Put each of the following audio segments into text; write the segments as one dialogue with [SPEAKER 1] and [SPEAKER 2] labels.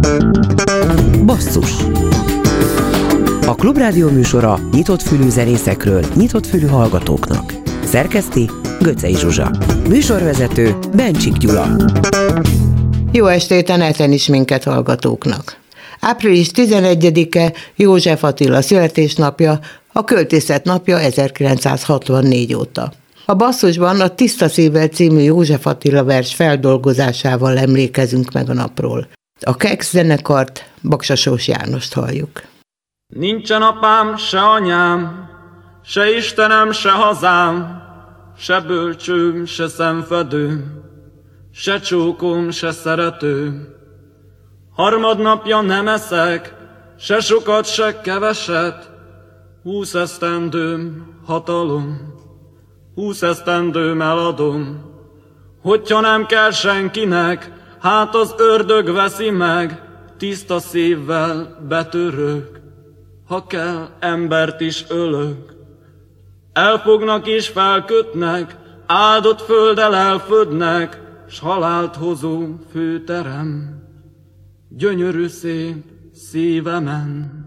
[SPEAKER 1] Basszus. A Klubrádió műsora nyitott fülű zenészekről, nyitott fülű hallgatóknak. Szerkeszti Göcsei Zsuzsa. Műsorvezető Bencsik Gyula.
[SPEAKER 2] Jó estét a neten is minket hallgatóknak. Április 11-e József Attila születésnapja, a költészet napja 1964 óta. A Basszusban a Tiszta szívvel című József Attila vers feldolgozásával emlékezünk meg a napról. A Kex zenekart, Baksasós Jánost halljuk.
[SPEAKER 3] Nincsen apám, se anyám, se Istenem, se hazám, se bölcsőm, se szemfedőm, se csókom, se szeretőm. Harmadnapja nem eszek, se sokat, se keveset, 20 esztendőm hatalom, 20 esztendőm eladom. Hogyha nem kell senkinek, hát az ördög veszi meg, tiszta szívvel betörök, ha kell, embert is ölök. Elfognak és felkötnek, áldott földdel elfödnek, s halált hozó főterem, gyönyörű szép szívemen.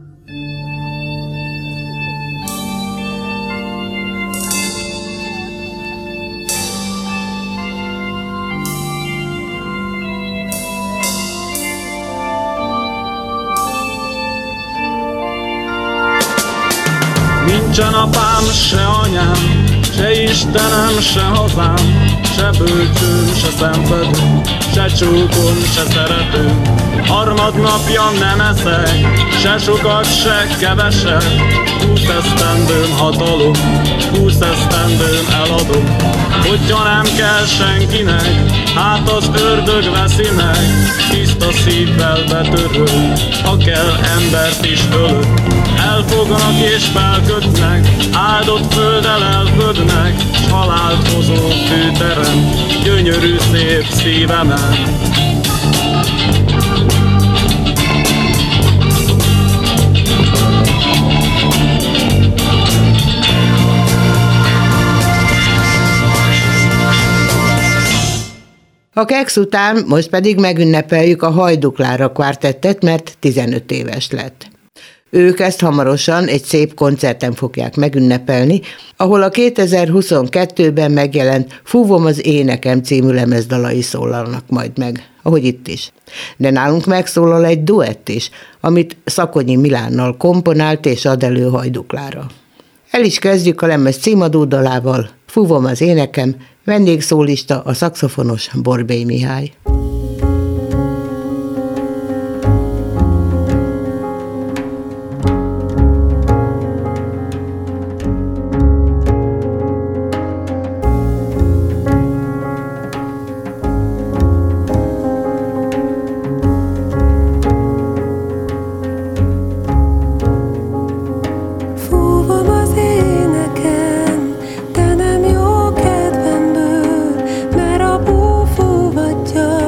[SPEAKER 3] Nincsen apám, se anyám, se Istenem, se hazám, se bölcsőm, se szemfedőm, se csókom, se szeretőm. Harmadnapja nem eszek, se sokat, se keveset, 20 esztendőm hatalom, 20 esztendőm eladom. Hogyha nem kell senkinek, hát az ördög veszi meg, tiszta szívvel betörök, ha kell, embert is ölök. Elfognak és felkötnek, áldott földdel elfödnek, s halált hozó főterem, gyönyörű szép szívemen.
[SPEAKER 2] A Kex után most pedig megünnepeljük a Hajdú Klára kvártettet, mert 15 éves lett. Ők ezt hamarosan egy szép koncerten fogják megünnepelni, ahol a 2022-ben megjelent Fúvom az énekem című lemezdalai szólalnak majd meg, ahogy itt is. De nálunk megszólal egy duett is, amit Szakonyi Milánnal komponált és ad elő Hajdú Klára. El is kezdjük a lemez címadó dalával, Fúvom az énekem, vendégszólista a szaxofonos Borbély Mihály.
[SPEAKER 4] Te nem jó kedvemből, mert a búfó vagy.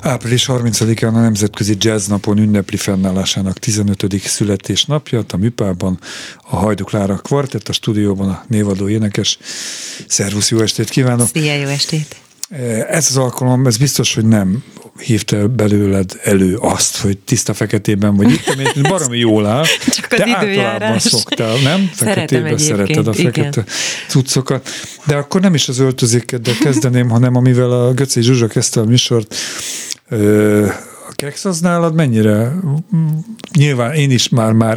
[SPEAKER 4] Április 30-án a Nemzetközi Jazz Napon ünnepli fennállásának 15. születésnapja, a Műpában a Hajdú Klára Kvartett, a stúdióban a névadó énekes. Szervusz, jó estét kívánok!
[SPEAKER 5] Szia, jó estét!
[SPEAKER 4] Ez az alkalom, ez biztos, hogy nem hívta belőled elő azt, hogy tiszta feketében vagy itt, baromi jól áll.
[SPEAKER 5] Csak az
[SPEAKER 4] de
[SPEAKER 5] időjárás.
[SPEAKER 4] Általában szoktál, nem? Feketében szereted a fekete cuccokat. De akkor nem is az öltözékeddel kezdeném, hanem amivel a Göcsei Zsuzsa kezdte a műsort. A keksz az nálad mennyire? Nyilván én is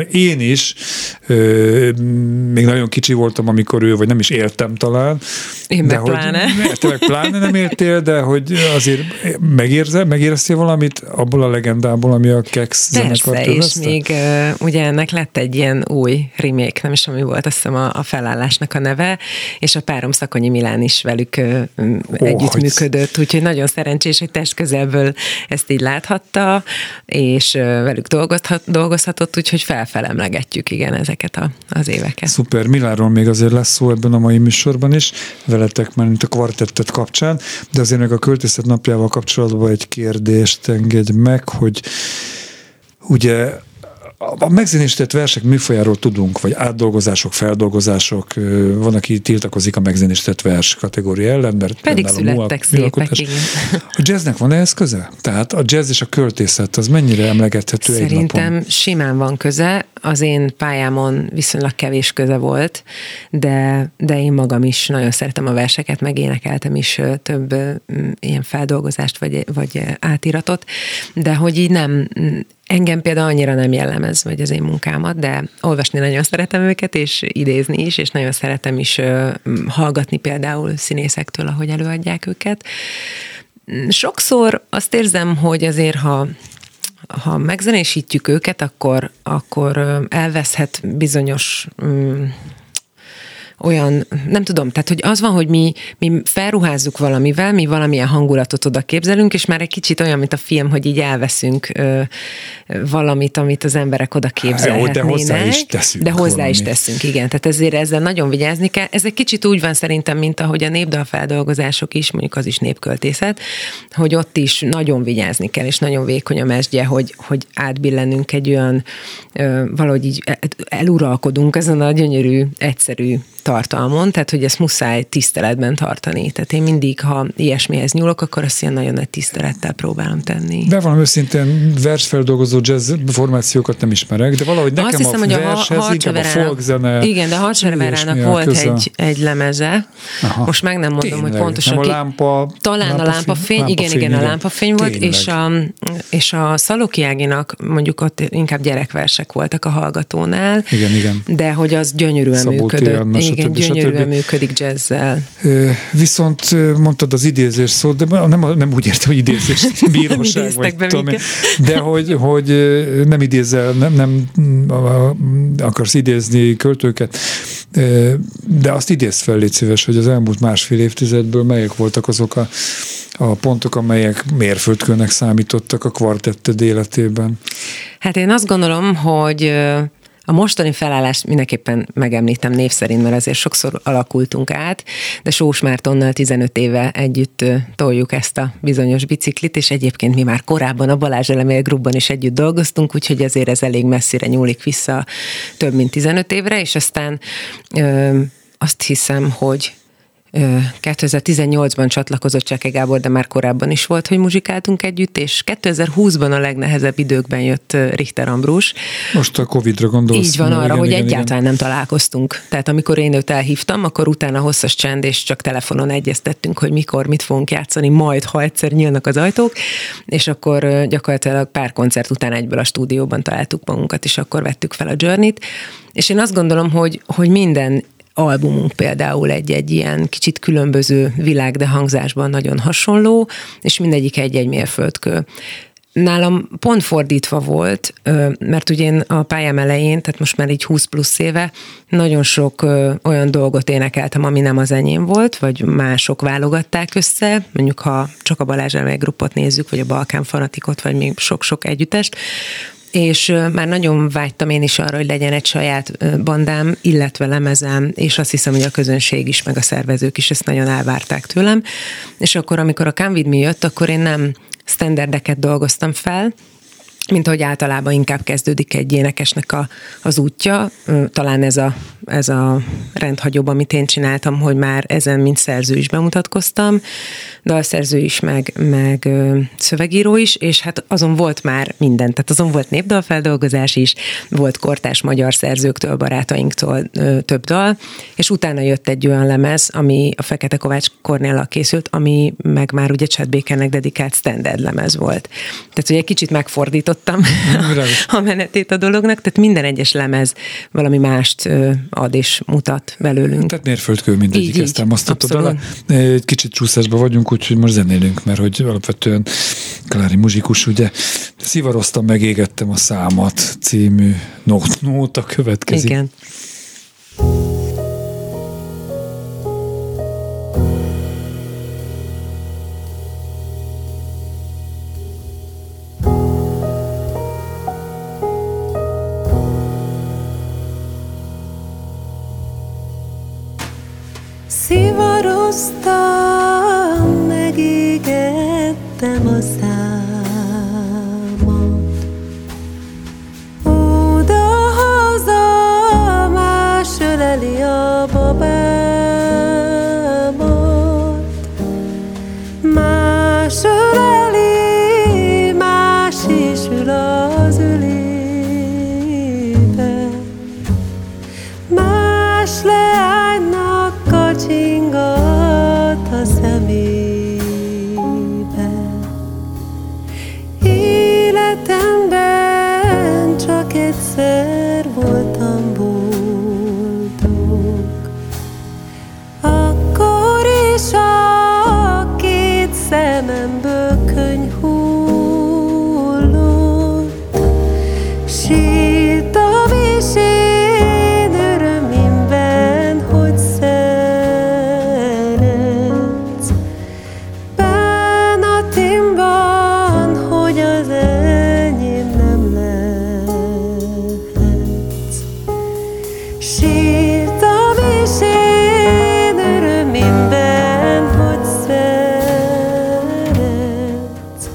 [SPEAKER 4] még nagyon kicsi voltam, amikor ő, vagy nem is éltem talán.
[SPEAKER 5] Én meg pláne.
[SPEAKER 4] Te meg pláne nem éltél, de hogy azért megéreztél valamit abból a legendából, ami a keksz zenekart
[SPEAKER 5] övezte? És még ugye ennek lett egy ilyen új remake, nem is ami volt, azt hiszem a felállásnak a neve, és a párom Szakonyi Milán is velük együttműködött, úgyhogy nagyon szerencsés, hogy testközelből ezt így láthatta, és velük dolgozhatott, úgyhogy felfelemlegetjük, igen, ezeket az éveket.
[SPEAKER 4] Szuper, Milánról még azért lesz szó ebben a mai műsorban is, veletek már mint a kvartettet kapcsán, de azért meg a Költészet napjával kapcsolatban egy kérdést engedj meg, hogy ugye a megzenésített versek műfajáról tudunk, vagy átdolgozások, feldolgozások, van, aki tiltakozik a megzenésített vers kategória ellen, mert
[SPEAKER 5] pedig születtek szépek, igen.
[SPEAKER 4] A jazznek van ehhez köze? Tehát a jazz és a költészet, az mennyire emlegethető egy napon?
[SPEAKER 5] Szerintem simán van köze, az én pályámon viszonylag kevés köze volt, de én magam is nagyon szeretem a verseket, meg énekeltem is több ilyen feldolgozást, vagy átiratot, de hogy így nem. Engem például annyira nem jellemez, vagy az én munkámat, de olvasni nagyon szeretem őket, és idézni is, és nagyon szeretem is hallgatni például színészektől, ahogy előadják őket. Sokszor azt érzem, hogy azért, ha megzenésítjük őket, akkor elveszhet bizonyos olyan, nem tudom, tehát hogy az van, hogy mi felruházzuk valamivel, mi valamilyen hangulatot oda képzelünk, és már egy kicsit olyan, mint a film, hogy így elveszünk valamit, amit az emberek oda képzelhetnének.
[SPEAKER 4] De hozzá is teszünk.
[SPEAKER 5] De hozzá is teszünk, igen. Tehát ezért ezzel nagyon vigyázni kell. Ez egy kicsit úgy van szerintem, mint ahogy a népdalfeldolgozások is, mondjuk az is népköltészet, hogy ott is nagyon vigyázni kell, és nagyon vékony a mesdje, hogy átbillenünk egy olyan, valahogy így eluralkodunk ezen a gyönyörű, egyszerű tartalmon, tehát hogy ezt muszáj tiszteletben tartani. Tehát én mindig, ha ilyesmihez nyúlok, akkor azt ilyen nagyon nagy tisztelettel próbálom tenni.
[SPEAKER 4] De valami őszintén versfeldolgozó jazz formációkat nem ismerek, de valahogy nekem azt hiszem,
[SPEAKER 5] a
[SPEAKER 4] vershez inkább a folkzene.
[SPEAKER 5] Igen, de a Harcsaverának volt egy lemeze. Aha. Most meg nem mondom,
[SPEAKER 4] tényleg,
[SPEAKER 5] hogy pontosan. Talán a lámpafény, igen, a lámpafény volt, és a Szalóki Áginak mondjuk ott inkább gyerekversek voltak a hallgatónál.
[SPEAKER 4] Igen.
[SPEAKER 5] De hogy az gyönyörűen működött. Igen, gyönyörűen működik jazzzel.
[SPEAKER 4] Viszont mondtad az idézés szót, de nem úgy értem, hogy idézés, bíróság vagy tudom én, de hogy nem idézel, nem akarsz idézni költőket, de azt idézz fel, légy szíves, hogy az elmúlt másfél évtizedből melyek voltak azok a pontok, amelyek mérföldkőnek számítottak a kvartetted életében?
[SPEAKER 5] Hát én azt gondolom, hogy a mostani felállást mindenképpen megemlítem név szerint, mert azért sokszor alakultunk át, de Sós Mártonnal 15 éve együtt toljuk ezt a bizonyos biciklit, és egyébként mi már korábban a Balázs Elemér Groupban is együtt dolgoztunk, úgyhogy azért ez elég messzire nyúlik vissza több mint 15 évre, és aztán azt hiszem, hogy 2018-ban csatlakozott Cseke Gábor, de már korábban is volt, hogy muzsikáltunk együtt, és 2020-ban a legnehezebb időkben jött Richter Ambrus.
[SPEAKER 4] Most a Covid-ra gondolsz?
[SPEAKER 5] Így van, arra, hogy egyáltalán nem találkoztunk. Tehát amikor én őt elhívtam, akkor utána hosszas csend, és csak telefonon egyeztettünk, hogy mikor, mit fogunk játszani, majd, ha egyszer nyílnak az ajtók, és akkor gyakorlatilag pár koncert után egyből a stúdióban találtuk magunkat, és akkor vettük fel a Journey-t. És én azt gondolom, hogy minden albumunk például egy ilyen kicsit különböző világ, de hangzásban nagyon hasonló, és mindegyik egy mérföldkő. Nálam pont fordítva volt, mert ugye én a pályám elején, tehát most már így 20 plusz éve, nagyon sok olyan dolgot énekeltem, ami nem az enyém volt, vagy mások válogatták össze, mondjuk ha csak a Balázs Elemér Groupot nézzük, vagy a Balkán Fanatikot, vagy még sok-sok együttest, és már nagyon vágytam én is arra, hogy legyen egy saját bandám, illetve lemezem, és azt hiszem, hogy a közönség is, meg a szervezők is ezt nagyon elvárták tőlem. És akkor, amikor a Come With Me jött, akkor én nem standardeket dolgoztam fel, mint ahogy általában inkább kezdődik egy énekesnek az útja. Talán ez a rendhagyóban, amit én csináltam, hogy már ezen mint szerző is bemutatkoztam, dalszerző is, meg szövegíró is, és hát azon volt már minden. Tehát azon volt népdalfeldolgozás is, volt kortárs magyar szerzőktől, barátainktól több dal, és utána jött egy olyan lemez, ami a Fekete Kovács Kornéllal készült, ami meg már ugye Chad Bakernek dedikált standard lemez volt. Tehát, hogy egy kicsit megfordított a menetét a dolognak, tehát minden egyes lemez valami mást ad és mutat belőlünk.
[SPEAKER 4] Tehát mérföldkő mindegyik, ezt támasztottad alá. Egy kicsit csúszásban vagyunk, úgyhogy most zenélünk, mert hogy alapvetően Klári muzsikus, ugye Szivaroztam, megégettem a számat című nóta következik.
[SPEAKER 5] Igen.
[SPEAKER 6] Szivaroztam, megégettem a számat, oda-haza más öleli a babámat, más öleli, más is ül az ölébe, más leánynak kacsingat a szemében. Életemben csak egyszer voltam boldog, akkor is a két szememből könny hullott, sírtam és én örömimben, hogy szeretsz, bánatimban, hogy az enyém nem lehetsz. Sírtam és én örömimben, hogy szeretsz,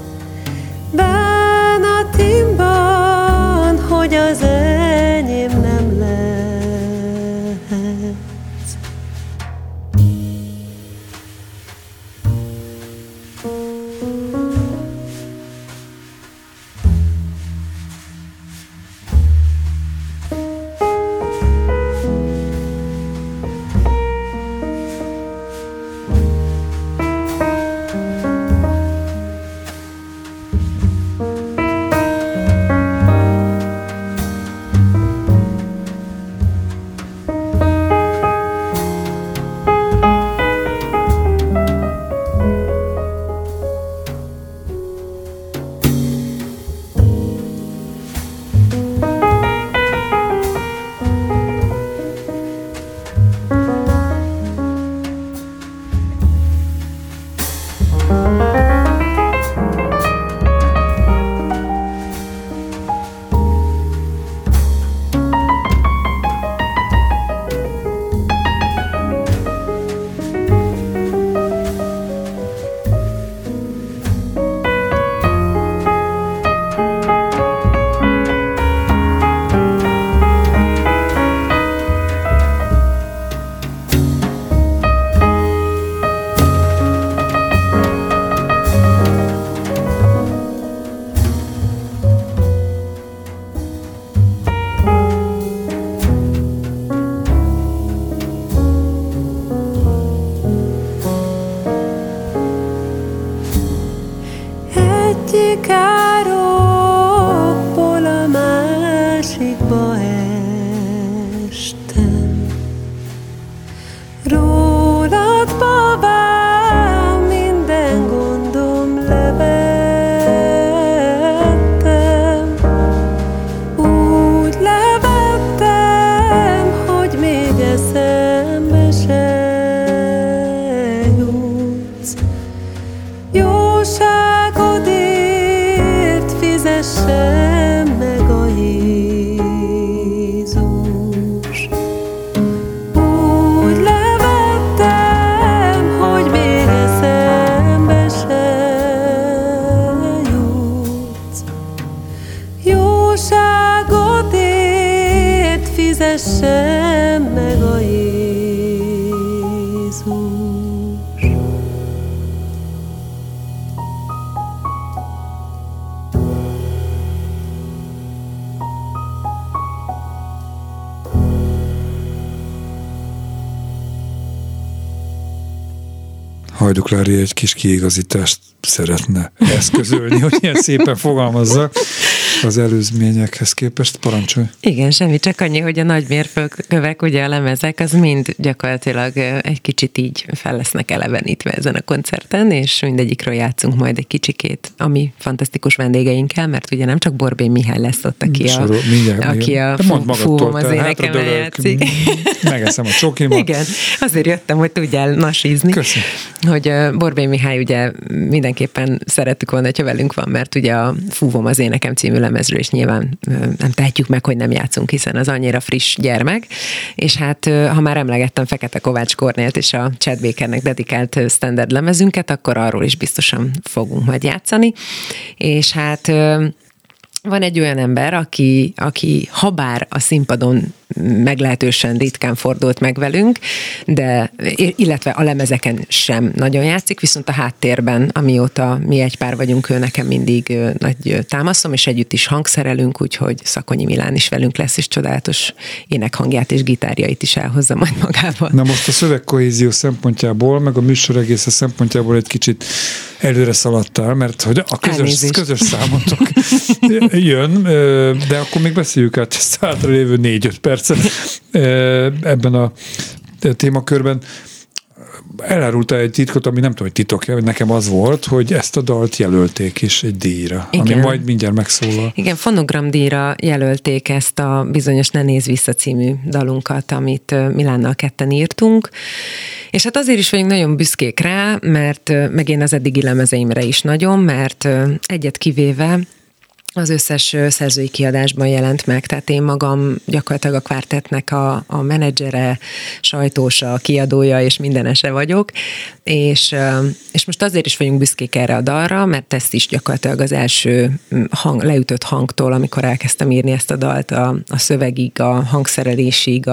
[SPEAKER 6] bánatimban, hogy az enyém nem lehetsz. Egyik árokból a másikba estem, rólad, babám, minden gondom levettem, úgy levettem, hogy még eszembe se jutsz. Jóságodért
[SPEAKER 4] Hajduk Lári egy kis kiigazítást szeretne eszközölni, hogy ilyen szépen fogalmazza az előzményekhez képest. Parancsolj!
[SPEAKER 5] Igen, semmi, csak annyi, hogy a nagy mérföldkövek, ugye a lemezek, az mind gyakorlatilag egy kicsit így fel lesznek elevenítve ezen a koncerten, és mindegyikről játszunk majd egy kicsikét, ami fantasztikus vendégeinkkel, mert ugye nem csak Borbély Mihály lesz ott, aki a Fúvom az énekemen játszik.
[SPEAKER 4] Megeszem a csokimat.
[SPEAKER 5] Igen, azért jöttem, hogy tudjál nasízni.
[SPEAKER 4] Köszönöm.
[SPEAKER 5] Hogy Borbély Mihály ugye mindenképpen szerettük volna, hogyha velünk van, mert ugye a Fúvom az énekem című lemezről is nyilván nem tehetjük meg, hogy nem játszunk, hiszen az annyira friss gyermek, és hát ha már emlegettem Fekete Kovács Kornélt és a Chad Bakernek dedikált standard lemezünket, akkor arról is biztosan fogunk majd játszani, és hát van egy olyan ember, aki habár a színpadon meglehetősen ritkán fordult meg velünk, de illetve a lemezeken sem nagyon játszik, viszont a háttérben, amióta mi egy pár vagyunk, ő nekem mindig nagy támaszom, és együtt is hangszerelünk, úgyhogy Szakonyi Milán is velünk lesz, és csodálatos énekhangját és gitárjait is elhozza majd magával.
[SPEAKER 4] Na most a szövegkohézió szempontjából, meg a műsor egésze szempontjából egy kicsit előre szaladtál, mert hogy a közös számotok jön, de akkor még beszéljük át ezt hátralévő 4-5 percet ebben a témakörben. Elárultál egy titkot, ami nem tudom, hogy titok, nekem az volt, hogy ezt a dalt jelölték is egy díjra, igen, ami majd mindjárt megszólal.
[SPEAKER 5] Igen, fonogramdíjra jelölték ezt a bizonyos Ne nézz vissza című dalunkat, amit Milánnal ketten írtunk, és hát azért is vagyunk nagyon büszkék rá, mert meg én az eddigi lemezeimre is nagyon, mert egyet kivéve az összes szerzői kiadásban jelent meg, tehát én magam gyakorlatilag a kvártettnek a menedzsere, sajtósa, kiadója és mindenese vagyok, és most azért is vagyunk büszkék erre a dalra, mert ezt is gyakorlatilag az első leütött hangtól, amikor elkezdtem írni ezt a dalt, a szövegig, a hangszerelésig,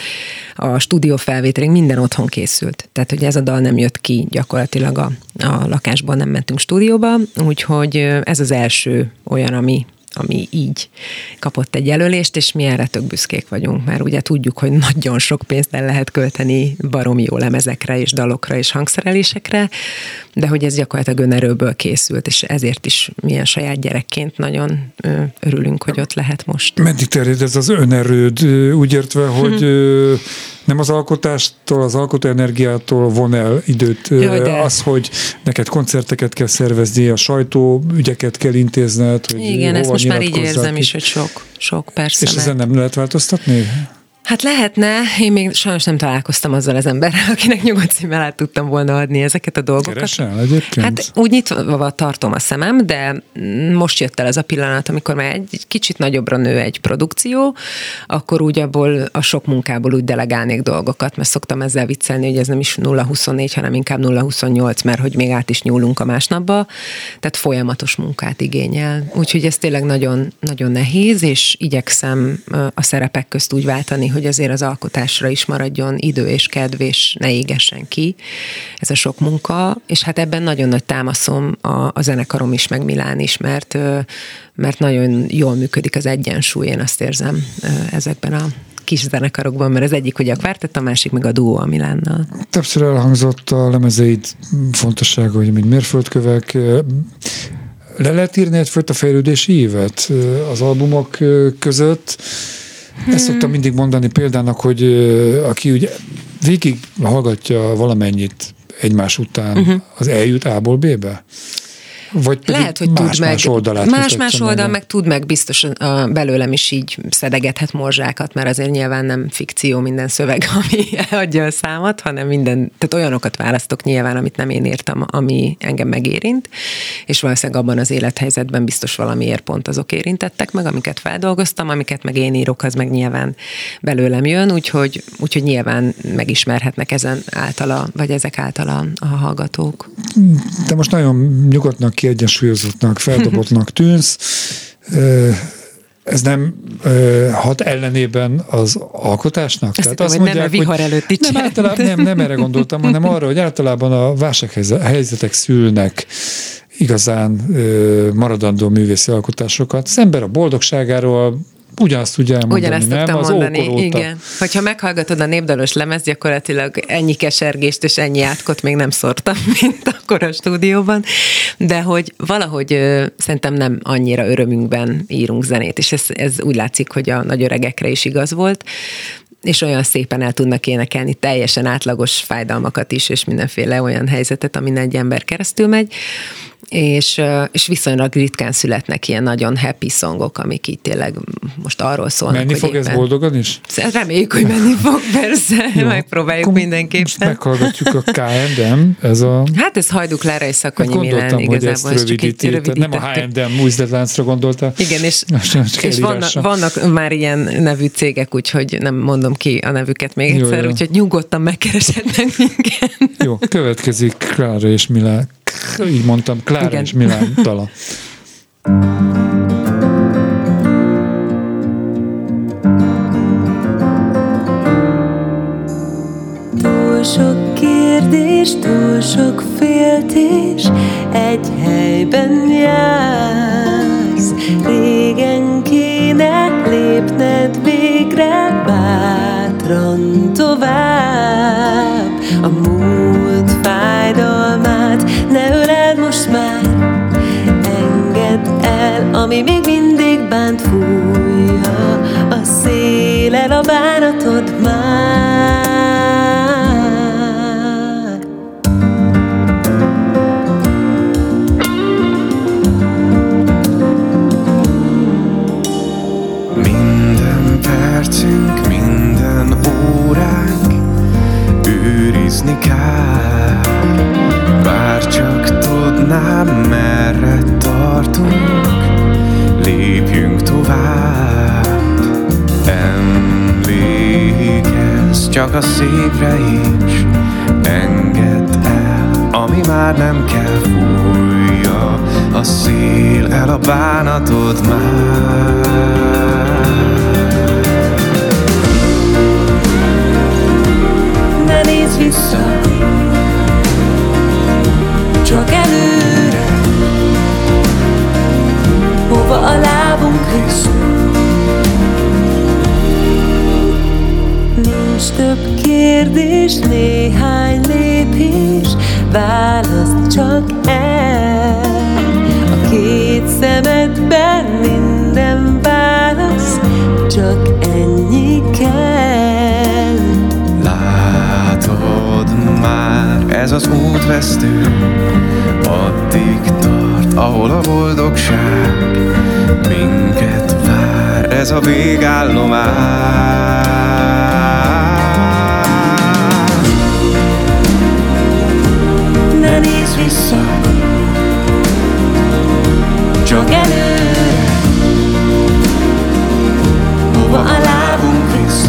[SPEAKER 5] a stúdiófelvételig, minden otthon készült. Tehát, hogy ez a dal nem jött ki gyakorlatilag a lakásban, nem mentünk stúdióba, úgyhogy ez az első olyan, ami így kapott egy jelölést, és mi erre tök büszkék vagyunk, mert ugye tudjuk, hogy nagyon sok pénzt el lehet költeni baromi jó lemezekre, és dalokra, és hangszerelésekre, de hogy ez gyakorlatilag önerőből készült, és ezért is milyen saját gyerekként nagyon örülünk, hogy ott lehet most.
[SPEAKER 4] Meddig terjed ez az önerőd, úgy értve, hogy nem az alkotástól, az alkotóenergiától von el időt, az, hogy neked koncerteket kell szervezni, a sajtóügyeket kell intézned, hogy
[SPEAKER 5] igen, ezt most már így érzem is, hogy sok persze.
[SPEAKER 4] És ezen nem lehet változtatni?
[SPEAKER 5] Hát lehetne, én még sajnos nem találkoztam azzal az emberrel, akinek nyugodt szívvel át tudtam volna adni ezeket a dolgokat.
[SPEAKER 4] Keresel egyébként?
[SPEAKER 5] Hát úgy nyitva tartom a szemem, de most jött el ez a pillanat, amikor már egy kicsit nagyobbra nő egy produkció, akkor úgy abból a sok munkából úgy delegálnék dolgokat, mert szoktam ezzel viccelni, hogy ez nem is 0-24, hanem inkább 0-28, mert hogy még át is nyúlunk a másnapba, tehát folyamatos munkát igényel. Úgyhogy ez tényleg nagyon, nagyon nehéz, és igyekszem a szerepek közt úgy váltani, hogy azért az alkotásra is maradjon idő és kedv, és ne égessen ki ez a sok munka, és hát ebben nagyon nagy támaszom a zenekarom is, meg Milán is, mert nagyon jól működik az egyensúly, én azt érzem ezekben a kis zenekarokban, mert az egyik ugye a kvártett, a másik meg a duó a Milánnal.
[SPEAKER 4] Többször elhangzott a lemezeid fontossága, hogy mint mérföldkövek. Le lehet írni egyfajta fejlődési évet az albumok között? Ezt szoktam mindig mondani példának, hogy aki ugye végig hallgatja valamennyit egymás után, az eljut A-ból B-be? Vagy
[SPEAKER 5] lehet, hogy tud meg más oldal, meg tud meg biztos belőlem is így szedegethet morzsákat, mert azért nyilván nem fikció minden szöveg, ami adja a számot, hanem tehát olyanokat választok nyilván, amit nem én írtam, ami engem megérint, és valószínűleg abban az élethelyzetben biztos valamiért pont azok érintettek meg, amiket feldolgoztam, amiket meg én írok, az meg nyilván belőlem jön, úgyhogy nyilván megismerhetnek ezek általa a hallgatók.
[SPEAKER 4] De most nagyon nyugodtnak, kiegyensúlyozottnak, feldobottnak tűnsz. Ez nem hat ellenében az alkotásnak?
[SPEAKER 5] Tehát azt mondják, nem a vihar előtti
[SPEAKER 4] nem erre gondoltam, hanem arra, hogy általában a válsághelyzetek szülnek igazán maradandó művészi alkotásokat. Az ember a boldogságáról ugyanazt tudja elmondani,
[SPEAKER 5] ugyanazt
[SPEAKER 4] nem? Az
[SPEAKER 5] mondani, igen. Hogyha meghallgatod a népdalos lemezt, gyakorlatilag ennyi kesergést és ennyi átkot még nem szórtam, mint akkor a stúdióban, de hogy valahogy szerintem nem annyira örömünkben írunk zenét, és ez úgy látszik, hogy a nagy öregekre is igaz volt, és olyan szépen el tudnak énekelni teljesen átlagos fájdalmakat is, és mindenféle olyan helyzetet, amin egy ember keresztül megy, és viszonylag ritkán születnek ilyen nagyon happy songok, amik így tényleg most arról szólnak,
[SPEAKER 4] menni
[SPEAKER 5] hogy
[SPEAKER 4] fog
[SPEAKER 5] éppen...
[SPEAKER 4] ez boldogan is?
[SPEAKER 5] Reméljük, hogy menni fog, persze, jó, megpróbáljuk mindenképpen.
[SPEAKER 4] Most meghallgatjuk a K&M, ez a...
[SPEAKER 5] Hát ez Hajdú Klára és Szakonyi Milán, igazából ezt csak itt rövidítettük.
[SPEAKER 4] Nem a H&M üzletláncra gondoltál.
[SPEAKER 5] Igen, és vannak már ilyen nevű cégek, úgyhogy nem mondom ki a nevüket még egyszer, úgyhogy nyugodtan megkereshetnek minket.
[SPEAKER 4] Jó, következik Klára és Milán. Így mondtam, Klára és Milán dala.
[SPEAKER 6] Túl sok kérdés, túl sok féltés, egy helyben jársz. Régen kéne lépned végre bátran tovább. A múlt fájdalmát ne öleld most már, engedd el, ami még mindig bánt, fújja a széllel a bánatod már.
[SPEAKER 7] Minden percünk, minden óránk őrizni kár. Bár csak tudnám, merre tartunk, lépjünk tovább. Emlékezz csak a szépre is, engedd el, ami már nem kell, fújja a szél el a bánatod már.
[SPEAKER 6] Ne nézz vissza, csak előre, hova a lábunk visz. Nincs több kérdés, néhány lépés, válaszd csak el. A két szemedben minden válasz, csak ennyi kell.
[SPEAKER 7] Látod már, ez az út vesztő, addig tart, ahol a boldogság minket vár, ez a végállomás.
[SPEAKER 6] Ne nézz vissza, csak előre, hova a lábunk visz.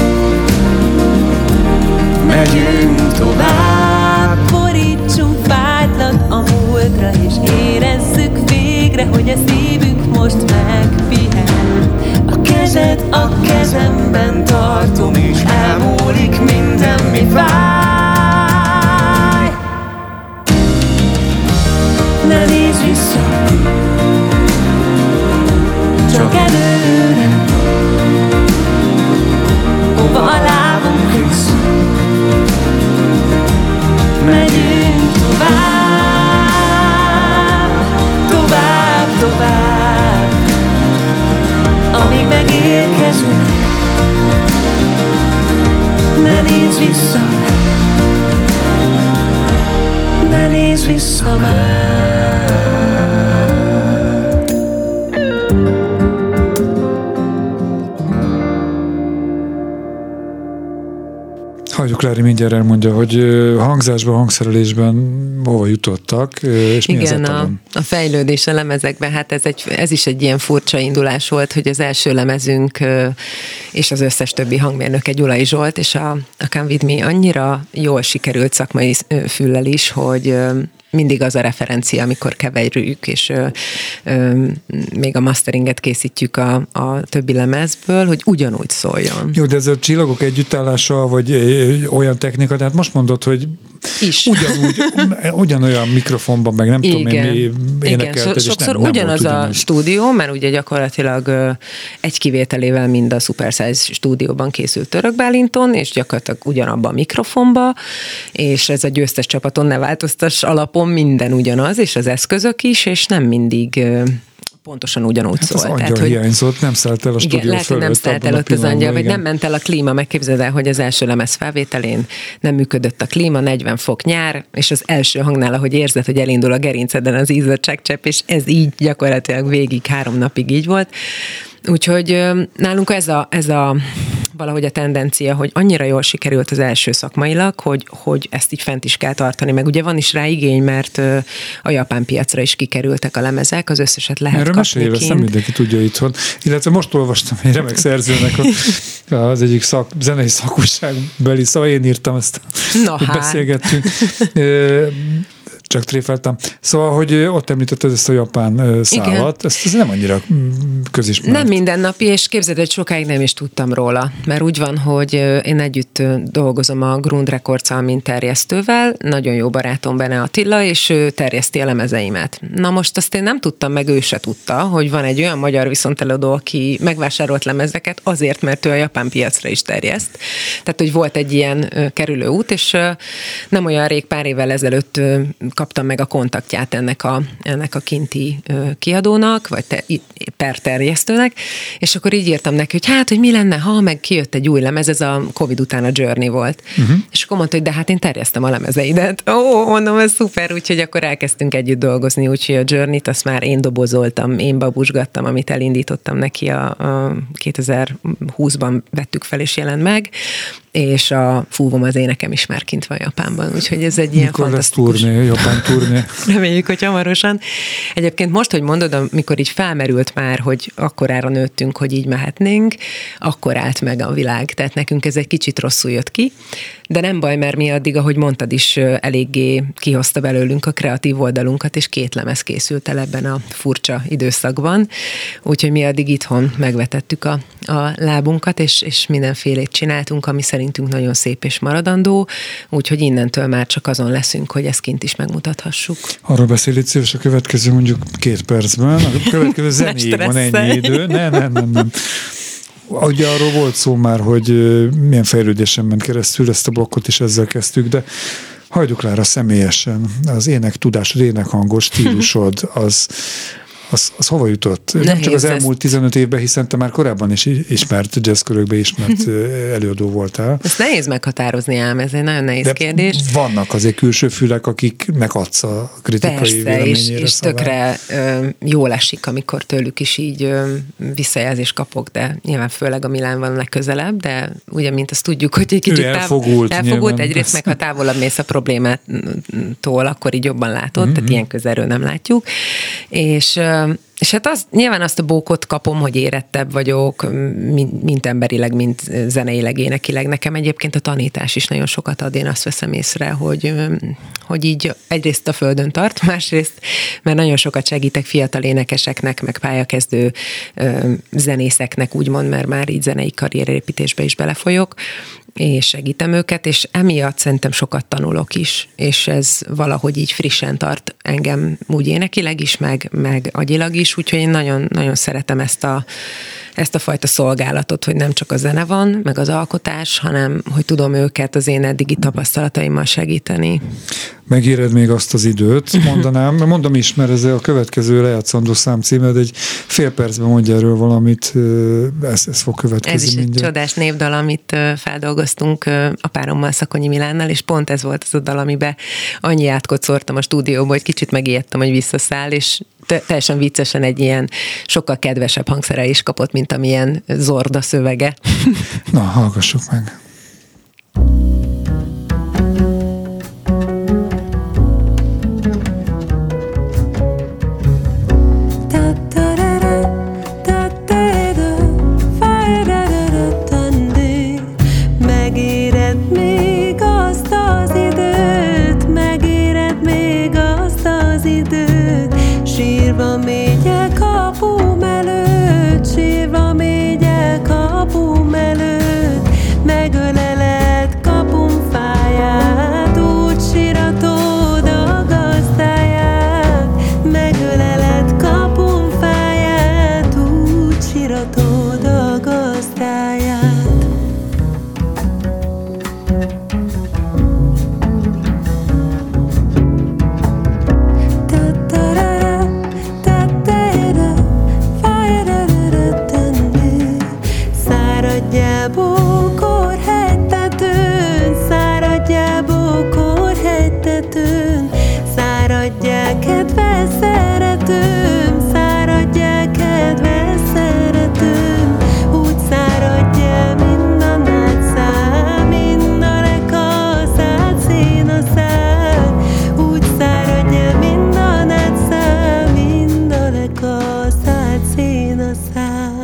[SPEAKER 7] Megyünk tovább,
[SPEAKER 6] borítsunk vágylat a múltra, és érezzük végre, hogy a szívünk most megpihen. A kezed a kezemben tartom, és elmúlik minden, mi fáj. Ne nézz vissza, csak előre, hova a lábunk visz. Megyünk tovább, tovább, tovább, amíg megérkezünk. Ne nézz vissza, ne nézz vissza már.
[SPEAKER 4] Hajdú Klári mindjárt elmondja, hogy hangzásban, hangszerelésben hova jutottak, és mi
[SPEAKER 5] igen,
[SPEAKER 4] ez
[SPEAKER 5] a fejlődés a lemezekben, hát ez is egy ilyen furcsa indulás volt, hogy az első lemezünk és az összes többi hangmérnöke Gyulai Zsolt, és a Come With Me annyira jól sikerült szakmai füllel is, hogy mindig az a referencia, amikor keverjük, és még a masteringet készítjük a többi lemezből, hogy ugyanúgy szóljon.
[SPEAKER 4] Jó, de ez a csillagok együttállása, vagy olyan technika, tehát most mondod, hogy ugyanolyan mikrofonban, meg nem tudom én mi énekelted, és
[SPEAKER 5] sokszor
[SPEAKER 4] nem
[SPEAKER 5] ugyanaz a stúdió, mert ugye gyakorlatilag egy kivételével mind a Supersize stúdióban készült Török Bálinton, és gyakorlatilag ugyanabban a mikrofonba, és ez a győztes csapaton ne változtass alapon minden ugyanaz, és az eszközök is, és nem mindig pontosan ugyanúgy szól.
[SPEAKER 4] Az angyal hiányzott, nem szállt el a stúdió fölött.
[SPEAKER 5] Lehet, hogy nem szállt el ott az angyal, vagy nem ment el a klíma, megképzeld el, hogy az első lemez felvételén nem működött a klíma, 40 fok nyár, és az első hangnál, ahogy érzed, hogy elindul a gerinceden az izzadságcsepp, és ez így gyakorlatilag végig 3 napig így volt. Úgyhogy nálunk ez a valahogy a tendencia, hogy annyira jól sikerült az első szakmailag, hogy ezt így fent is kell tartani, meg ugye van is rá igény, mert a japán piacra is kikerültek a lemezek, az összeset lehet
[SPEAKER 4] kapni
[SPEAKER 5] kint.
[SPEAKER 4] Erről mesélj, nem mindenki tudja itthon. Illetve most olvastam egy remek szerzőnek az egyik zenei szakújságbeli, szóval én írtam ezt, hogy beszélgettünk. Csak tréfeltem. Szóval, hogy ott említetted ezt a japán szálat, ez nem annyira közismert.
[SPEAKER 5] Nem mindennapi, és képzeld, hogy sokáig nem is tudtam róla, mert úgy van, hogy én együtt dolgozom a Grund Records-al, mint terjesztővel, nagyon jó barátom Bene Attila, és ő terjeszti a lemezeimet. Na most azt én nem tudtam, meg ő se tudta, hogy van egy olyan magyar viszonteladó, aki megvásárolt lemezeket azért, mert ő a japán piacra is terjeszt. Tehát, hogy volt egy ilyen kerülő út, és nem olyan rég, pár évvel ezelőtt kaptam meg a kontaktját ennek a kinti kiadónak, vagy per terjesztőnek, és akkor így írtam neki, hogy mi lenne, ha meg kijött egy új lemez, ez a Covid után a Journey volt. És akkor mondta, hogy de hát én terjesztem a lemezeidet. Mondom, ez szuper, úgyhogy akkor elkezdtünk együtt dolgozni, úgyhogy a Journey-t azt már én dobozoltam, én babusgattam, amit elindítottam neki a 2020-ban vettük fel és jelent meg, és a Fúvom az énekem is már kint van Japánban, úgyhogy ez egy ilyen fantasztikus.
[SPEAKER 4] Japán turné.
[SPEAKER 5] Reméljük, hogy hamarosan. Egyébként most, hogy mondod, amikor így felmerült már, hogy akkorára nőttünk, hogy így mehetnénk, akkor állt meg a világ. Tehát nekünk ez egy kicsit rosszul jött ki, de nem baj, mert mi addig, ahogy mondtad is, eléggé kihozta belőlünk a kreatív oldalunkat, és 2 lemez készült el ebben a furcsa időszakban. Úgyhogy mi addig itthon megvetettük a lábunkat, és mindenfélét csináltunk, ami szerintünk nagyon szép és maradandó, úgyhogy innentől már csak azon leszünk, hogy ezt kint is megmutathassuk.
[SPEAKER 4] Arról beszél itt szíves a következő mondjuk 2 percben, a következő zenéig van ennyi idő. Nem. Ugye arról volt szó már, hogy milyen fejlődésen ment keresztül, ezt a blokkot is ezzel kezdtük, de Hajdú Klára személyesen, az énektudásod, énekhangos stílusod, az hova jutott?
[SPEAKER 5] Nehéz
[SPEAKER 4] nem csak az elmúlt 15 évben, hiszen te már korábban is ismert jazzkörökbe ismert előadó voltál.
[SPEAKER 5] Ezt nehéz meghatározni ám, ez egy nagyon nehéz kérdés.
[SPEAKER 4] Vannak azért külső fülek, akiknek adsz a kritikai véleményére.
[SPEAKER 5] És tökre jól esik, amikor tőlük is így visszajelzést kapok, de nyilván főleg a Milán van legközelebb, de ugye, mint azt tudjuk, hogy egy kicsit elfogult egyrészt, meg ha távolabb mész a problémától, akkor így jobban látod, tehát ilyen közelről nem látjuk. És hát nyilván azt a bókot kapom, hogy érettebb vagyok, mint emberileg, mint zeneileg, énekileg. Nekem egyébként a tanítás is nagyon sokat ad, én azt veszem észre, hogy így egyrészt a földön tart, másrészt, mert nagyon sokat segítek fiatal énekeseknek, meg pályakezdő zenészeknek, úgymond, mert már így zenei karrierépítésbe is belefolyok, és segítem őket, és emiatt szerintem sokat tanulok is, és ez valahogy így frissen tart engem úgy énekileg is, meg agyilag is, úgyhogy én nagyon, nagyon szeretem ezt a fajta szolgálatot, hogy nem csak a zene van, meg az alkotás, hanem hogy tudom őket az én eddigi tapasztalataimmal segíteni.
[SPEAKER 4] Megéred még azt az időt, mondanám, mondom is, mert ez a következő lejátszandó szám címed, egy fél percben mondja erről valamit, ez fog következni.
[SPEAKER 5] Ez is
[SPEAKER 4] mindjárt.
[SPEAKER 5] Egy csodás névdal, amit feldolgoztunk a párommal, Szakonyi Milánnal, és pont ez volt az a dal, amiben annyi átkot szórtam a stúdióba, hogy kicsit megijedtem, hogy visszaszáll, és teljesen viccesen egy ilyen sokkal kedvesebb hangszere is kapott, mint amilyen Zorda szövege.
[SPEAKER 4] Na, hallgassuk meg.
[SPEAKER 6] Megöleled kapum fáját, úgy Száradjál, kedves szeretőm, száradjál, kedves szeretőm, úgy száradjál, mind a nátszál, mind a lekaszált szín a szál, úgy száradjál, mind a nátszál, mind a lekaszált szín a szál.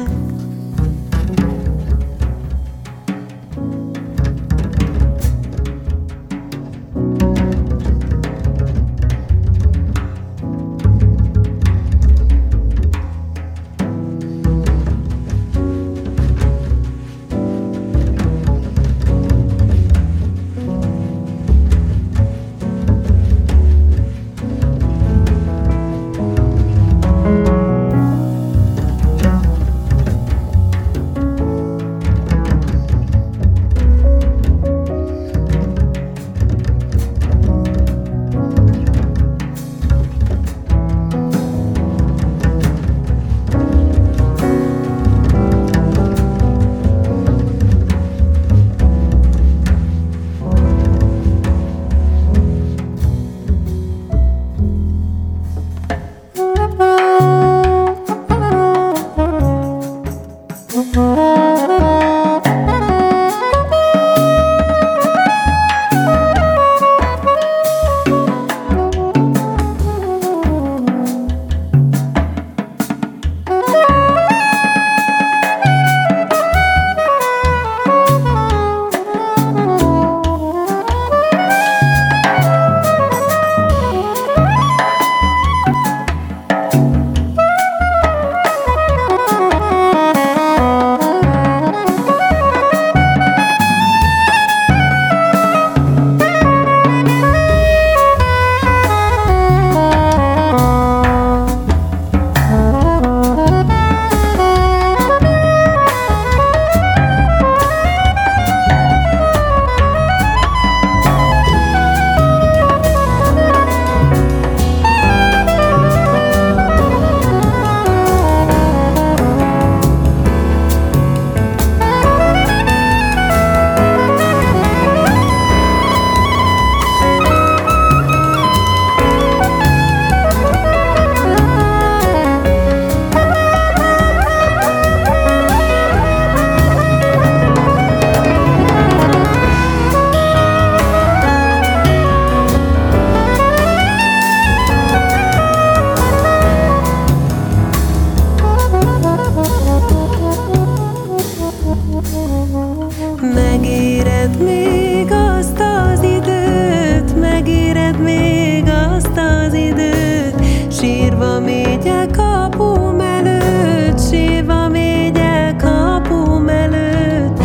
[SPEAKER 6] Megéred még azt az időt, megéred még azt az időt, sírva mégyel kapum előtt, sírva mégyel kapum előtt,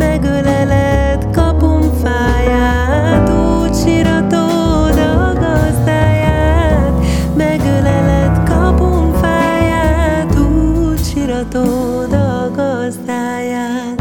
[SPEAKER 6] megöleled kapum fáját, úgy síratod a gazdáját, megöleled kapum fáját, úgy síratod a gazdáját.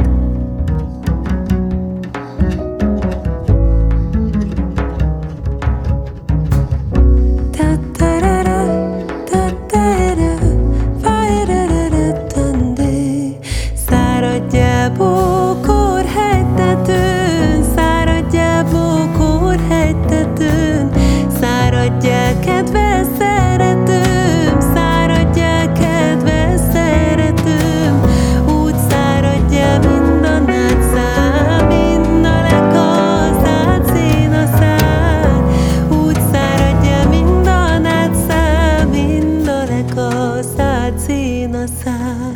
[SPEAKER 6] Száradjál, kedves szeretőm, száradjál, kedves szeretőm, úgy száradjál, mind a nátszál, mind a lekaszált szín a szál, úgy száradjál, mind a nátszál, mind a lekaszált szín a szál.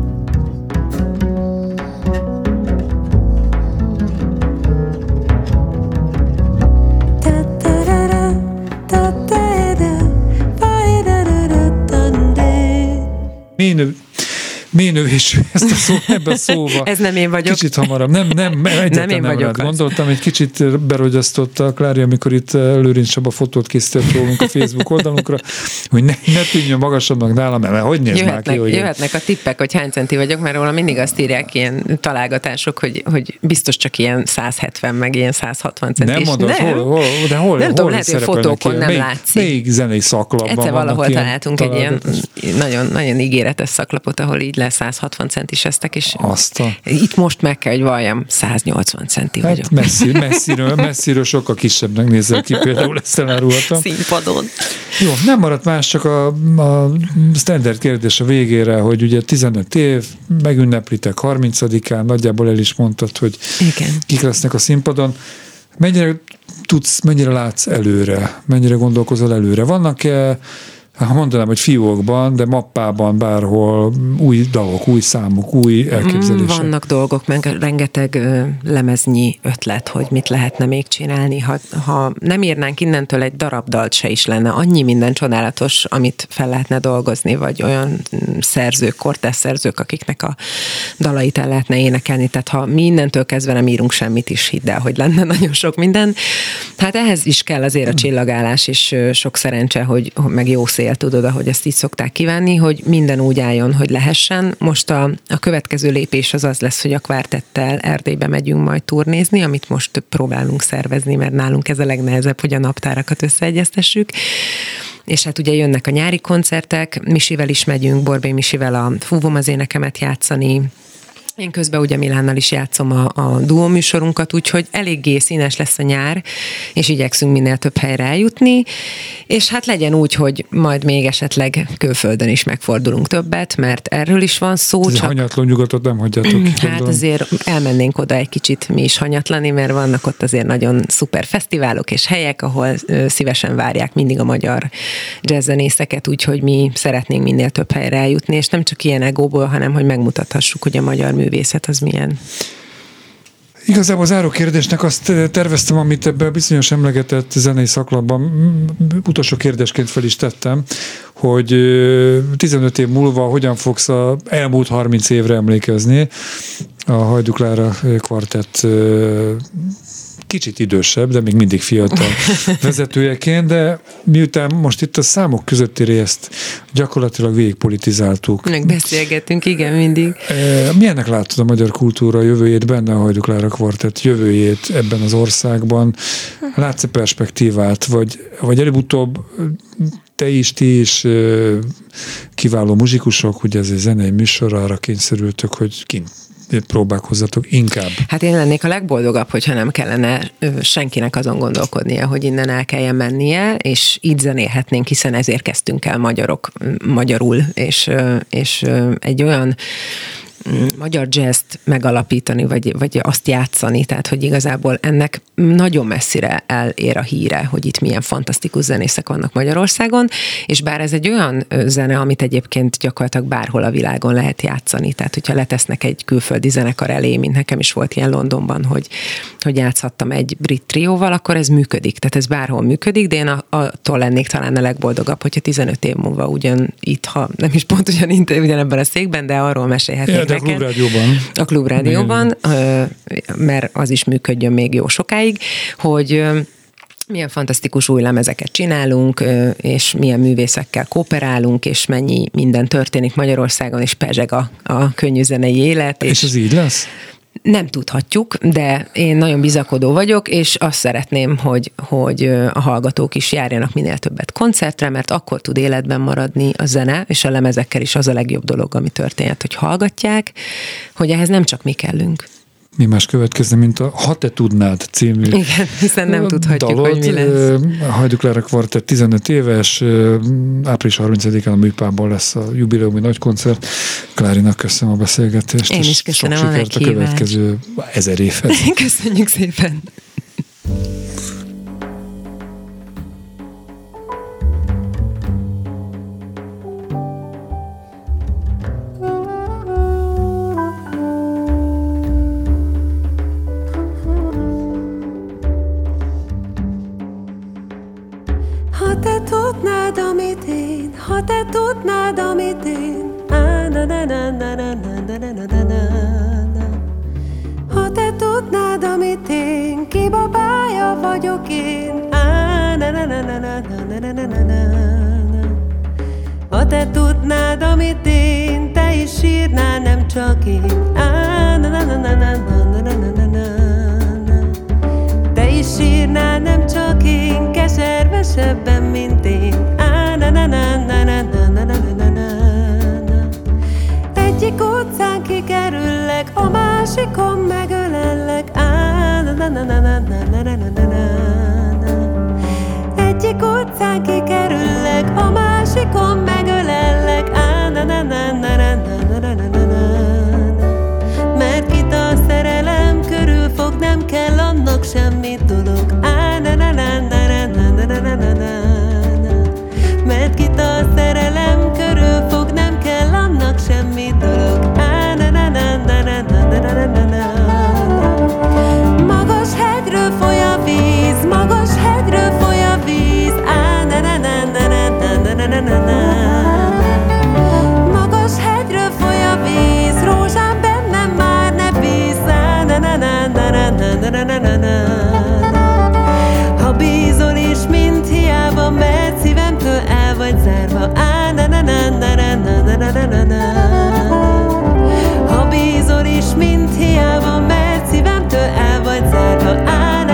[SPEAKER 4] Ménövésű ezt a szó, ebben a szóba.
[SPEAKER 5] Ez nem én vagyok.
[SPEAKER 4] Kicsit hamarabb. Nem egyáltalán nem rád gondoltam, egy kicsit berogyasztotta a Klári, amikor itt Lőrinc Csaba fotót készített rólunk a Facebook oldalunkra, hogy ne tűnjön magasabbnak nálam, mert hogy néz már ki, hogy...
[SPEAKER 5] Jöhetnek a tippek, hogy hány centi vagyok, mert róla mindig azt írják ilyen találgatások, hogy biztos csak ilyen 170, meg ilyen 160 centis.
[SPEAKER 4] Nem mondod, de hol
[SPEAKER 5] nem tudom, lehet, hogy fotókon nem látszik.
[SPEAKER 4] Még zenei szaklapban
[SPEAKER 5] egyszer valahol találtunk egy ilyen nagyon, nagyon ígéretes szaklapot, ahol így le 160 centiseztek, és itt most meg kell, hogy valljam, 180 centi vagyok.
[SPEAKER 4] Messziről sokkal kisebbnek nézel ki, például ezt elárulhatom.
[SPEAKER 5] Színpadon.
[SPEAKER 4] Jó, nem maradt más, csak a standard kérdés a végére, hogy ugye 15 év, megünneplitek 30-án, nagyjából el is mondtad, hogy kik lesznek a színpadon. Mennyire látsz előre? Mennyire gondolkozol előre? Vannak-e, mondanám, hogy fiókban, de mappában bárhol új dalok, új számok, új elképzelések?
[SPEAKER 5] Vannak dolgok, meg rengeteg lemeznyi ötlet, hogy mit lehetne még csinálni. Ha nem írnánk innentől egy darab dalt, se is lenne annyi minden csodálatos, amit fel lehetne dolgozni, vagy olyan szerzők, kortárs szerzők, akiknek a dalait el lehetne énekelni. Tehát ha mi innentől kezdve nem írunk semmit is, hidd el, hogy lenne nagyon sok minden. Hát ehhez is kell azért a csillagállás, és sok szerencse, hogy meg jó szél, tudod, ahogy ezt így szokták kívánni, hogy minden úgy álljon, hogy lehessen. Most a következő lépés az lesz, hogy a kvártettel Erdélybe megyünk majd turnézni, amit most próbálunk szervezni, mert nálunk ez a legnehezebb, hogy a naptárakat összeegyeztessük. És hát ugye jönnek a nyári koncertek, Misivel is megyünk, Borbély Misivel a Fúvom az énekemet játszani, én közben ugye Milánnal is játszom a duó műsorunkat, úgyhogy eléggé színes lesz a nyár, és igyekszünk minél több helyre eljutni, és hát legyen úgy, hogy majd még esetleg külföldön is megfordulunk többet, mert erről is van szó.
[SPEAKER 4] Ez hanyatló nyugatot nem hagyjátok ki.
[SPEAKER 5] Hát azért elmennénk oda egy kicsit mi is hanyatlani, mert vannak ott azért nagyon szuper fesztiválok és helyek, ahol szívesen várják mindig a magyar jazzzenészeket, úgyhogy mi szeretnénk minél több helyre eljutni, és nem csak ilyen egóból, hanem hogy megmutathassuk, hogy a magyar művészet az milyen.
[SPEAKER 4] Igazából záró kérdésnek azt terveztem, amit ebben bizonyos emlegetett zenei szaklapban utolsó kérdésként fel is tettem, hogy 15 év múlva hogyan fogsz az elmúlt 30 évre emlékezni. A Hajdú Klára kvartett kicsit idősebb, de még mindig fiatal vezetőjeként, de miután most itt a számok közötti részt gyakorlatilag végigpolitizáltuk.
[SPEAKER 5] Megbeszélgetünk, igen, mindig.
[SPEAKER 4] Milyennek látod a magyar kultúra jövőjét, benne a Hajdú Klára kvartett jövőjét ebben az országban? Látsz-e perspektívát, vagy előbb-utóbb ti is kiváló muzsikusok, ugye ez egy zenei műsor, arra kényszerültök, hogy kint próbálkozzatok inkább. Hát
[SPEAKER 5] én lennék a legboldogabb, hogyha nem kellene senkinek azon gondolkodnia, hogy innen el kelljen mennie, és így zenélhetnénk, hiszen ezért kezdtünk el magyarul, és egy olyan magyar jazzt megalapítani, vagy azt játszani, tehát hogy igazából ennek nagyon messzire elér a híre, hogy itt milyen fantasztikus zenészek vannak Magyarországon, és bár ez egy olyan zene, amit egyébként gyakorlatilag bárhol a világon lehet játszani, tehát hogyha letesznek egy külföldi zenekar elé, mint nekem is volt ilyen Londonban, hogy játszhattam egy brit trióval, akkor ez működik, tehát ez bárhol működik, de én attól lennék talán a legboldogabb, hogyha 15 év múlva ugyan itt, ha nem is pont ugyanebben a székben, de arról mesélhetnék.
[SPEAKER 4] A Klubrádióban.
[SPEAKER 5] A Klubrádióban, mert az is működjön még jó sokáig, hogy milyen fantasztikus új lemezeket csinálunk, és milyen művészekkel kooperálunk, és mennyi minden történik Magyarországon, és pezseg a könnyű zenei élet.
[SPEAKER 4] És ez így lesz?
[SPEAKER 5] Nem tudhatjuk, de én nagyon bizakodó vagyok, és azt szeretném, hogy a hallgatók is járjanak minél többet koncertre, mert akkor tud életben maradni a zene, és a lemezekkel is az a legjobb dolog, ami történhet, hogy hallgatják, hogy ehhez nem csak mi kellünk.
[SPEAKER 4] Mi más következne, mint a Ha te tudnád című
[SPEAKER 5] Igen, hiszen nem tudhatjuk, dalot, hogy mi lesz.
[SPEAKER 4] Hajdú Klára kvartett 15 éves, április 30-án a Műpában lesz a jubileumi nagykoncert. Klárinak köszönöm a beszélgetést.
[SPEAKER 5] Én is köszönöm a meghívást.
[SPEAKER 4] Sok sikert a következő 1000 évhez.
[SPEAKER 5] Köszönjük szépen.
[SPEAKER 6] Ha te tudnád, amit én, ha te tudnád, amit én, ki babája vagyok én, ha te tudnád, amit én, te is sírnál, nem csak én, te is sírnál, nem csak én, keservesebben, mint én. Egyik sikon megölellek, mert itt a szerelem körül fog, nem kell annak semmi dolog, mert itt a szerelem körül fog, nem kell annak semmi dolog. Magas hegyről foly a víz, magas hegyről foly a víz, magas hegyről foly a víz, rózsám bennem már ne bíz, ha bízol is, mint hiába, mert szívemtől el vagy zárva, ha bízol is, mint hiába, mert szívemtől el vagy zárva,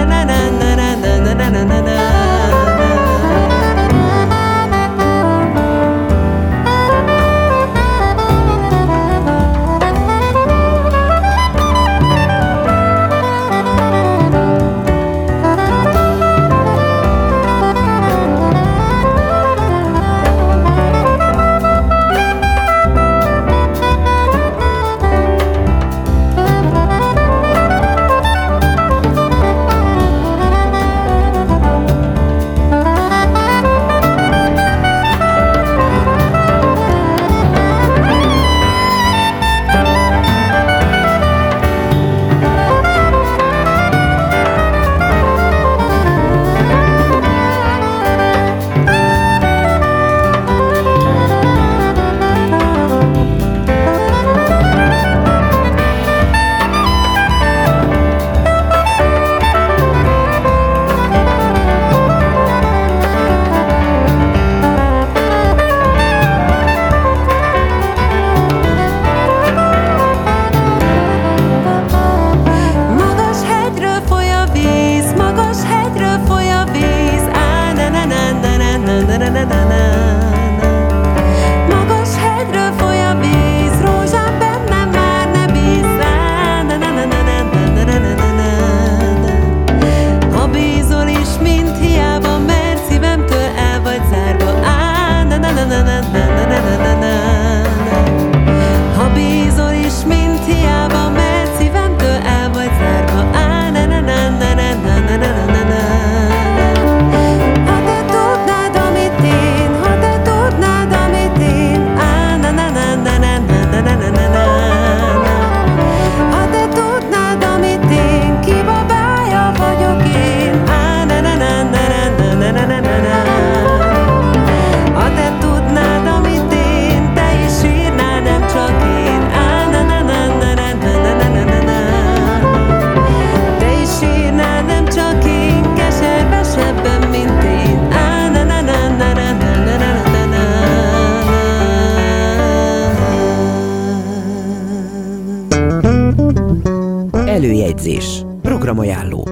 [SPEAKER 1] Előjegyzés. Programajánló.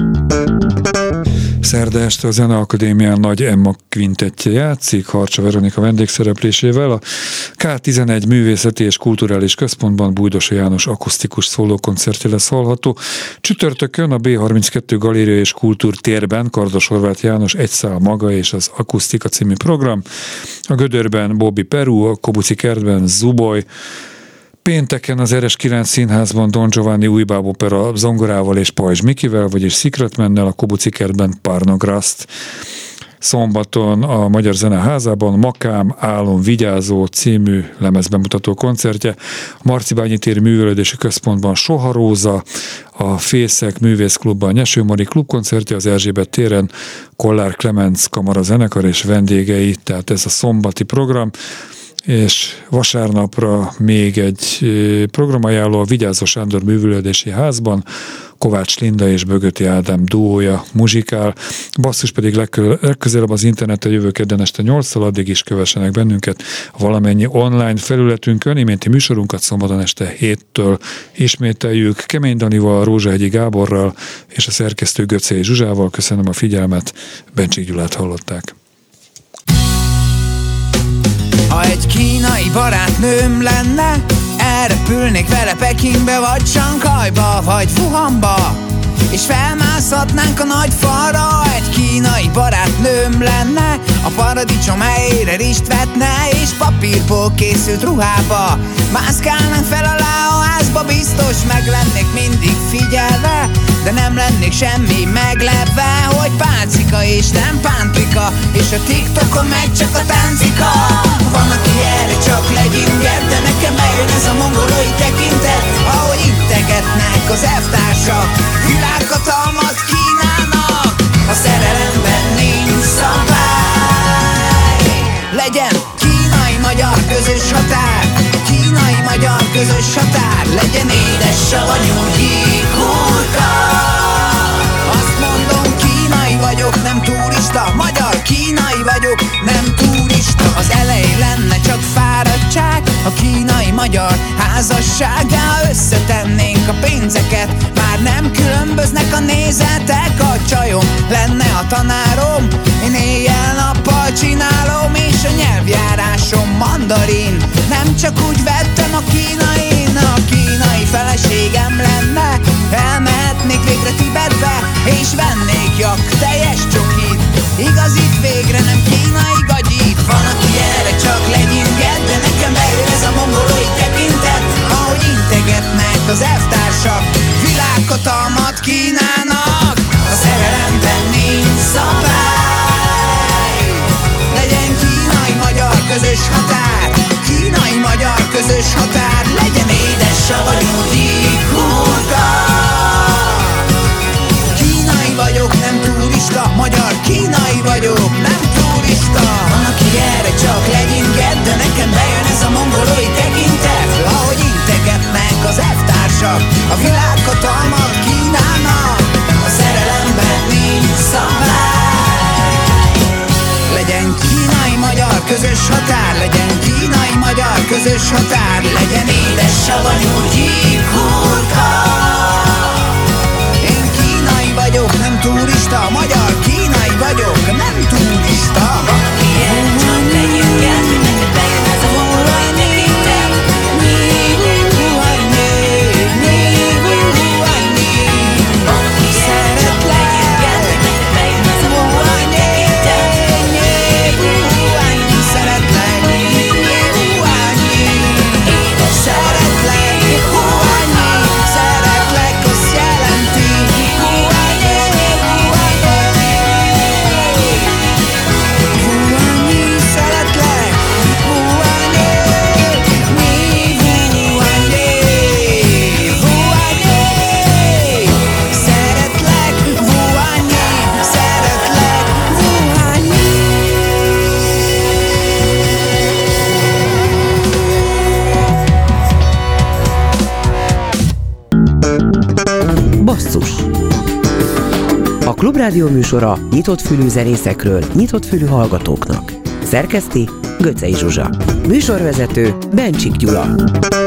[SPEAKER 4] Szerda este a Zeneakadémián Nagy Emma kvintettje játszik, Harcsa Veronika vendégszereplésével. A K11 Művészeti és Kulturális Központban Bújdosi János akusztikus szólókoncertje lesz hallható. Csütörtökön a B32 Galéria és Kultúrtérben Kardos Horváth János Egy szál maga és az Akusztika című program. A Gödörben Bobby Peru, a Kobuci kertben Zuboly. Pénteken az Eres 9 Színházban Don Giovanni újbáb opera zongorával és Pajzs Mikivel, vagyis Secretmannel, a Kobuci kertben Parnograszt. Szombaton a Magyar Zeneházában Makám, Álom, Vigyázó című lemezbemutató koncertje, a Marcibányi téri művelődési központban Soha Róza, a Fészek Művészklubban Nyeső Mari klubkoncertje, az Erzsébet téren Kollár Klemenc kamara zenekar és vendégei, tehát ez a szombati program. És vasárnapra még egy programajánló, a Vigyázó Sándor Művelődési Házban Kovács Linda és Bögöti Ádám duója muzsikál, basszus pedig legközelebb az interneten jövő kedden este 8-tól, addig is kövessenek bennünket valamennyi online felületünkön. Iménti műsorunkat szombaton este 7-től ismételjük Kemény Danival, Rózsahegyi Gáborral és a szerkesztő Göcé Zsuzsával. Köszönöm a figyelmet, Bencsik Gyulát hallották.
[SPEAKER 8] Ha egy kínai barátnőm lenne, elrepülnék vele Pekingbe, vagy Sankajba, vagy Wuhanba. és felmászhatnánk a nagy falra. Egy kínai barátnőm lenne, a paradicsom helyére rist vetne, és papírból készült ruhába mászkálnánk fel alá a házba. Biztos meg lennék mindig figyelve, de nem lennék semmi meglepve, hogy pálcika és nem pántlika, és a TikTokon meg csak a táncika. Van, aki erre csak legyinget, de nekem bejön ez a mongolai tekintet, ahogy integetnek az elvtársak, világhatalmat kínálnak. A szerelemben nincs szabály. Legyen kínai-magyar közös határ, kínai-magyar közös határ, legyen édes savanyú gyíkhurka. Azt mondom, kínai vagyok, nem turista, magyar kínai vagyok, nem turista. Az elején lenne csak fáradtság, a kínai-magyar házasság, de ha összetennénk a pénzeket, már nem különböznek a nézetek. A csajom lenne a tanárom, én éjjel-nappal csinálom, és a nyelvjárásom mandarin. Nem csak úgy vettem a kínain, a kínai feleségem lenne, elmehetnék végre Tibetbe, és vennék jak teljes csokit, igazit végre, nem kínai gagyit. Van, aki erre csak legyinget, de nekem bejön ez a mongolai tekintet, ahogy integetnek az elvtársak, világhatalmat kínálnak. A szerelemben nincs szabály. Legyen kínai-magyar közös határ, kínai-magyar közös határ, legyen édes savanyú gyíkhurka. Kínai vagyok, nem turista, magyar kínai vagyok, nem turista. Van, aki erre csak legyinget, de nekem bejön ez a mongolai tekintet, ahogy integetnek az elvtársak, a világhatalmat kínálnak. A szerelemben nincs szabály. Legyen kínai-magyar közös határ, legyen kínai-magyar közös határ, legyen édes savanyú gyíkhurka. Én kínai vagyok, nem turista, magyar kínai vagyok, nem turista. Van, aki erre csak legyinget, de nekem bejön ez a mongolai tekintet. Van, aki erre csak legyinget, de nekem bejön ez a mongolai tekintet. Szeretlek, szeretlek, azt jelenti
[SPEAKER 1] Basszus. A Klubrádió műsora nyitott fülű zenészekről, nyitott fülű hallgatóknak. Szerkeszti Göcsei Zsuzsa. Műsorvezető Bencsik Gyula.